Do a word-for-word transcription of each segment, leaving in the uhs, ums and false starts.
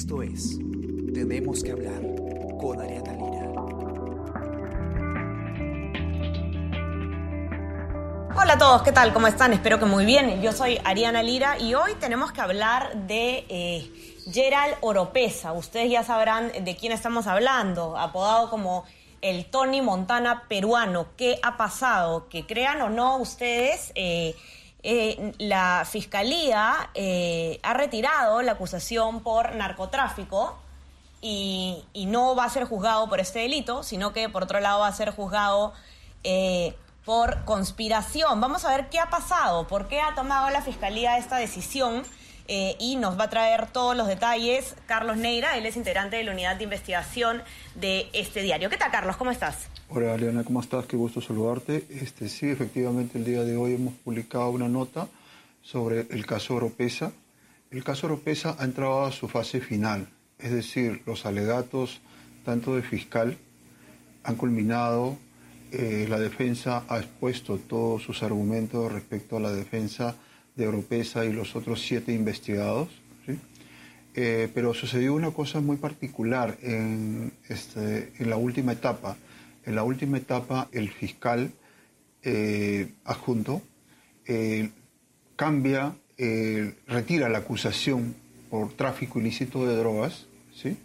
Esto es Tenemos que hablar con Ariana Lira. Hola a todos, ¿qué tal? ¿Cómo están? Espero que muy bien. Yo soy Ariana Lira y hoy tenemos que hablar de eh, Gerald Oropeza. Ustedes ya sabrán de quién estamos hablando, apodado como el Tony Montana peruano. ¿Qué ha pasado? Que crean o no ustedes, eh, eh, la Fiscalía eh, ha retirado la acusación por narcotráfico y, y no va a ser juzgado por este delito, sino que por otro lado va a ser juzgado eh, por conspiración. Vamos a ver qué ha pasado, por qué ha tomado la Fiscalía esta decisión eh, y nos va a traer todos los detalles Carlos Neira. Él es integrante de la unidad de investigación de este diario. ¿Qué tal, Carlos? ¿Cómo estás? Hola, Ariana, ¿cómo estás? Qué gusto saludarte. Este, sí, efectivamente, el día de hoy hemos publicado una nota sobre el caso Oropeza. El caso Oropeza ha entrado a su fase final, es decir, los alegatos tanto de fiscal han culminado. Eh, la defensa ha expuesto todos sus argumentos respecto a la defensa de Oropeza y los otros siete investigados, ¿sí? Eh, pero sucedió una cosa muy particular en, este, en la última etapa. En la última etapa, el fiscal eh, adjunto eh, cambia, eh, retira la acusación por tráfico ilícito de drogas, ¿sí?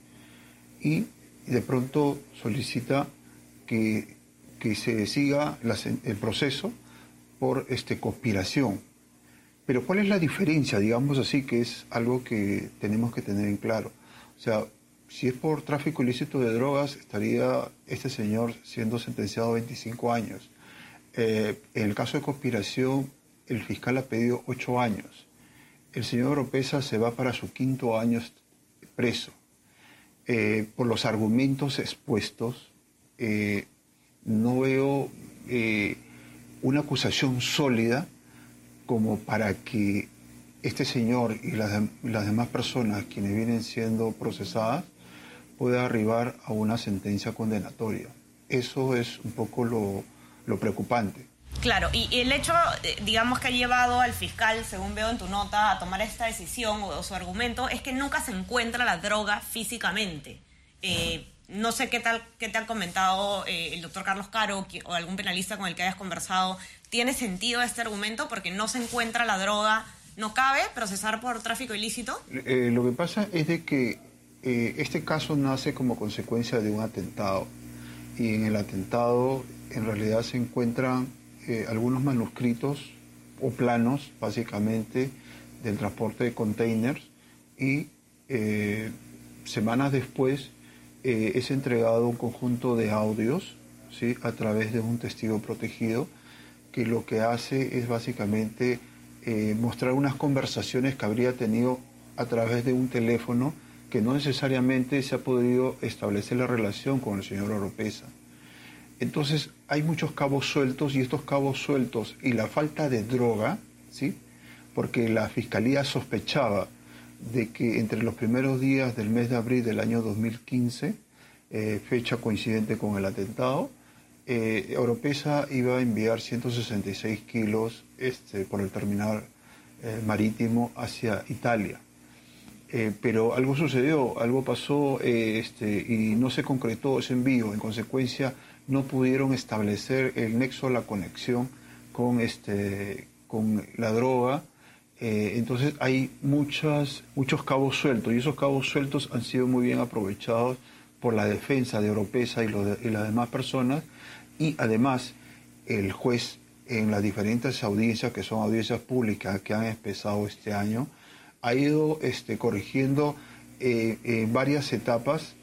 Y de pronto solicita que que se siga la, el proceso por este, conspiración. Pero ¿cuál es la diferencia, digamos así, que es algo que tenemos que tener en claro? O sea, si es por tráfico ilícito de drogas, estaría este señor siendo sentenciado a veinticinco años. Eh, en el caso de conspiración, el fiscal ha pedido ocho años. El señor Oropeza se va para su quinto año preso. Eh, por los argumentos expuestos, eh, no veo eh, una acusación sólida como para que este señor y las, de, las demás personas quienes vienen siendo procesadas pueda arribar a una sentencia condenatoria. Eso es un poco lo, lo preocupante. Claro, y el hecho, digamos, que ha llevado al fiscal, según veo en tu nota, a tomar esta decisión o, o su argumento, es que nunca se encuentra la droga físicamente. Eh, No sé qué tal qué te han comentado eh, el doctor Carlos Caro o algún penalista con el que hayas conversado. ¿Tiene sentido este argumento porque no se encuentra la droga? ¿No cabe procesar por tráfico ilícito? Eh, lo que pasa es de que eh, este caso nace como consecuencia de un atentado. Y en el atentado en realidad se encuentran eh, algunos manuscritos o planos, básicamente, del transporte de containers. Y eh, semanas después Eh, es entregado un conjunto de audios, ¿sí?, a través de un testigo protegido, que lo que hace es básicamente eh, mostrar unas conversaciones que habría tenido a través de un teléfono que no necesariamente se ha podido establecer la relación con el señor Oropeza. Entonces hay muchos cabos sueltos y estos cabos sueltos y la falta de droga, ¿sí?, porque la Fiscalía sospechaba de que entre los primeros días del mes de abril del año dos mil quince, eh, fecha coincidente con el atentado, eh, Oropeza iba a enviar ciento sesenta y seis kilos este, por el terminal eh, marítimo hacia Italia. Eh, pero algo sucedió, algo pasó eh, este, y no se concretó ese envío. En consecuencia, no pudieron establecer el nexo, la conexión con, este, con la droga. Eh, entonces hay muchas, muchos cabos sueltos y esos cabos sueltos han sido muy bien aprovechados por la defensa de Oropeza y, lo de, y las demás personas, y además el juez en las diferentes audiencias, que son audiencias públicas que han empezado este año, ha ido este, corrigiendo eh, en varias etapas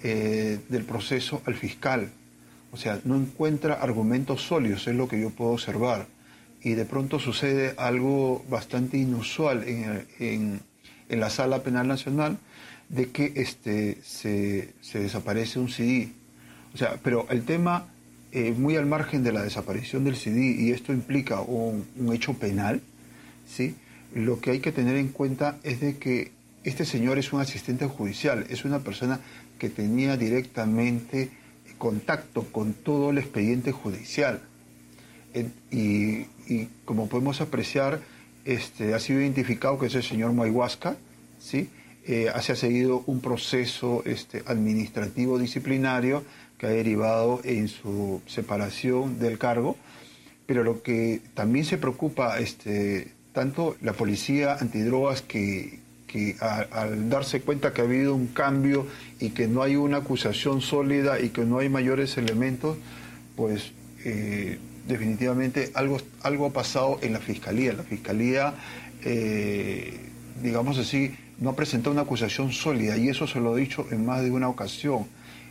eh, del proceso al fiscal. O sea, no encuentra argumentos sólidos, es lo que yo puedo observar. Y de pronto sucede algo bastante inusual en, en, en la Sala Penal Nacional, de que este, se, se desaparece un C D. O sea, pero el tema, eh, muy al margen de la desaparición del C D, y esto implica un, un hecho penal, ¿sí?, lo que hay que tener en cuenta es de que este señor es un asistente judicial, es una persona que tenía directamente contacto con todo el expediente judicial. Y, y como podemos apreciar, este, ha sido identificado que es el señor Mahuasca, ¿sí?, eh, se ha seguido un proceso este, administrativo disciplinario que ha derivado en su separación del cargo, pero lo que también se preocupa este, tanto la policía antidrogas que, que a, al darse cuenta que ha habido un cambio y que no hay una acusación sólida y que no hay mayores elementos, pues eh, definitivamente algo, algo ha pasado en la Fiscalía. La Fiscalía, eh, digamos así, no ha presentado una acusación sólida, y eso se lo he dicho en más de una ocasión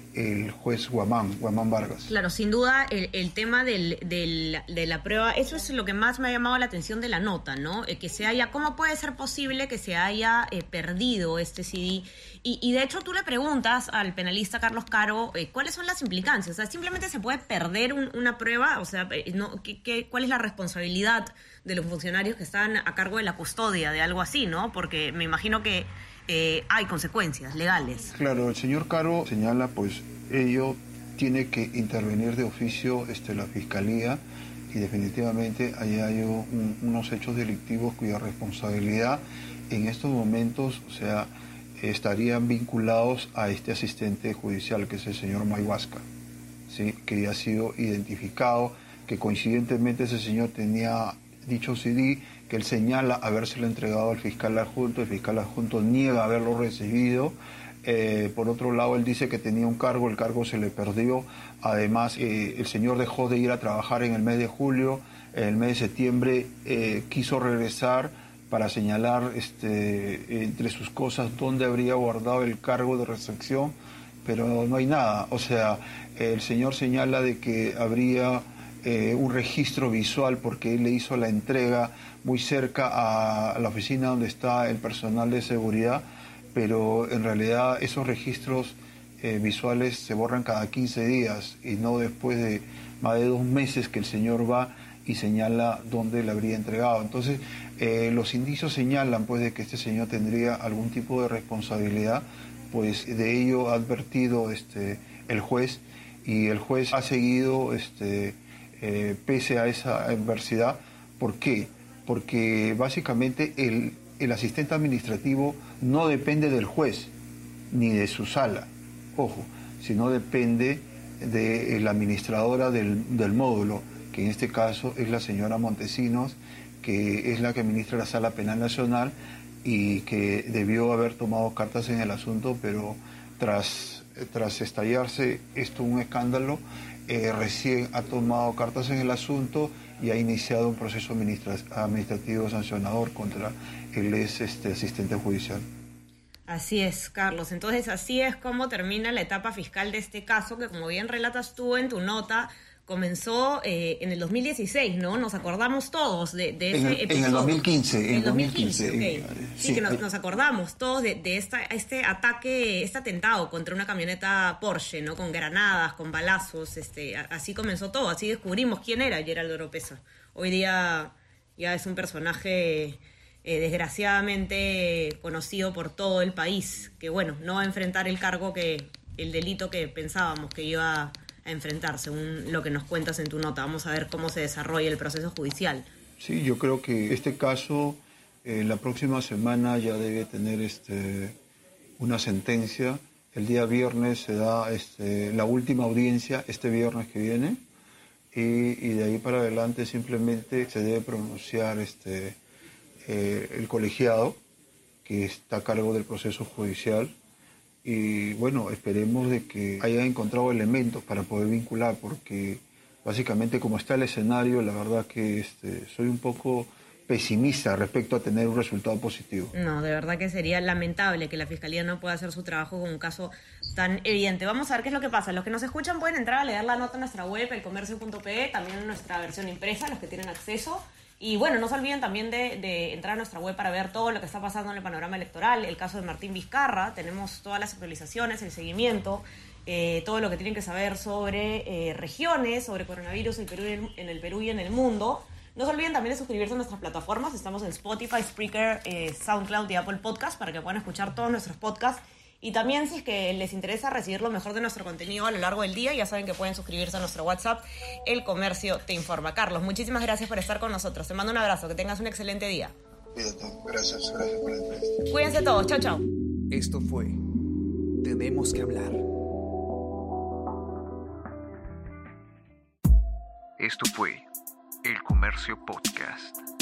el juez Guamán, Guamán Vargas. Claro, sin duda el, el tema del, del, de la prueba, eso es lo que más me ha llamado la atención de la nota, ¿no? Eh, que se haya, ¿cómo puede ser posible que se haya eh, perdido este C D? Y, y de hecho tú le preguntas al penalista Carlos Caro eh, cuáles son las implicancias. O sea, simplemente se puede perder un, una prueba, o sea, eh, no, ¿qué, qué, ¿cuál es la responsabilidad de los funcionarios que están a cargo de la custodia de algo así, ¿no? Porque me imagino que Eh, hay consecuencias legales. Claro, el señor Caro señala, pues, ello tiene que intervenir de oficio este, la Fiscalía, y definitivamente ahí hay un, unos hechos delictivos cuya responsabilidad en estos momentos, o sea, estarían vinculados a este asistente judicial, que es el señor Mayhuasca, ¿sí? Que ya ha sido identificado, que coincidentemente ese señor tenía dicho C D, que él señala habérselo entregado al fiscal adjunto. El fiscal adjunto niega haberlo recibido. Eh, por otro lado, él dice que tenía un cargo, el cargo se le perdió. Además, eh, el señor dejó de ir a trabajar en el mes de julio. En el mes de septiembre eh, quiso regresar para señalar este, entre sus cosas dónde habría guardado el cargo de recepción, pero no hay nada. O sea, el señor señala de que habría eh, un registro visual porque él le hizo la entrega muy cerca a la oficina donde está el personal de seguridad, pero en realidad esos registros eh, visuales se borran cada quince días y no después de más de dos meses que el señor va y señala dónde le habría entregado. Entonces, eh, los indicios señalan pues de que este señor tendría algún tipo de responsabilidad, pues de ello ha advertido este, el juez, y el juez ha seguido este, eh, pese a esa adversidad. ¿Por qué? Porque básicamente el, el asistente administrativo no depende del juez ni de su sala, ojo, sino depende de la administradora del, del módulo, que en este caso es la señora Montesinos, que es la que administra la Sala Penal Nacional y que debió haber tomado cartas en el asunto, pero tras, tras estallarse esto un escándalo, eh, recién ha tomado cartas en el asunto y ha iniciado un proceso administra administrativo sancionador contra el ex este, asistente judicial. Así es, Carlos. Entonces, así es como termina la etapa fiscal de este caso, que como bien relatas tú en tu nota, comenzó eh, en el dos mil dieciséis, ¿no? Nos acordamos todos de, de ese en el, episodio. En el dos mil quince. En el dos mil quince, okay. ok. Sí, sí, que nos, nos acordamos todos de, de esta, este ataque, este atentado contra una camioneta Porsche, ¿no? Con granadas, con balazos, este, así comenzó todo, así descubrimos quién era Geraldo Oropeza. Hoy día ya es un personaje eh, desgraciadamente conocido por todo el país, que bueno, no va a enfrentar el cargo que, el delito que pensábamos que iba a a enfrentar, según lo que nos cuentas en tu nota. Vamos a ver cómo se desarrolla el proceso judicial. Sí, yo creo que este caso eh, la próxima semana ya debe tener este, una sentencia. El día viernes se da este, la última audiencia, este viernes que viene, y, y de ahí para adelante simplemente se debe pronunciar este, eh, el colegiado que está a cargo del proceso judicial. Y bueno, esperemos de que haya encontrado elementos para poder vincular, porque básicamente como está el escenario, la verdad que este, soy un poco pesimista respecto a tener un resultado positivo. No, de verdad que sería lamentable que la Fiscalía no pueda hacer su trabajo con un caso tan evidente. Vamos a ver qué es lo que pasa. Los que nos escuchan pueden entrar a leer la nota en nuestra web, el comercio punto pe, también en nuestra versión impresa, los que tienen acceso. Y bueno, no se olviden también de, de entrar a nuestra web para ver todo lo que está pasando en el panorama electoral, el caso de Martín Vizcarra. Tenemos todas las actualizaciones, el seguimiento, eh, todo lo que tienen que saber sobre eh, regiones, sobre coronavirus el Perú, en el Perú y en el mundo. No se olviden también de suscribirse a nuestras plataformas. Estamos en Spotify, Spreaker, eh, SoundCloud y Apple Podcast para que puedan escuchar todos nuestros podcasts. Y también, si es que les interesa recibir lo mejor de nuestro contenido a lo largo del día, ya saben que pueden suscribirse a nuestro WhatsApp, El Comercio Te Informa. Carlos, muchísimas gracias por estar con nosotros. Te mando un abrazo, que tengas un excelente día. Cuídate, gracias, gracias por la entrevista. Cuídense todos, chao, chao. Esto fue Tenemos que hablar. Esto fue El Comercio Podcast.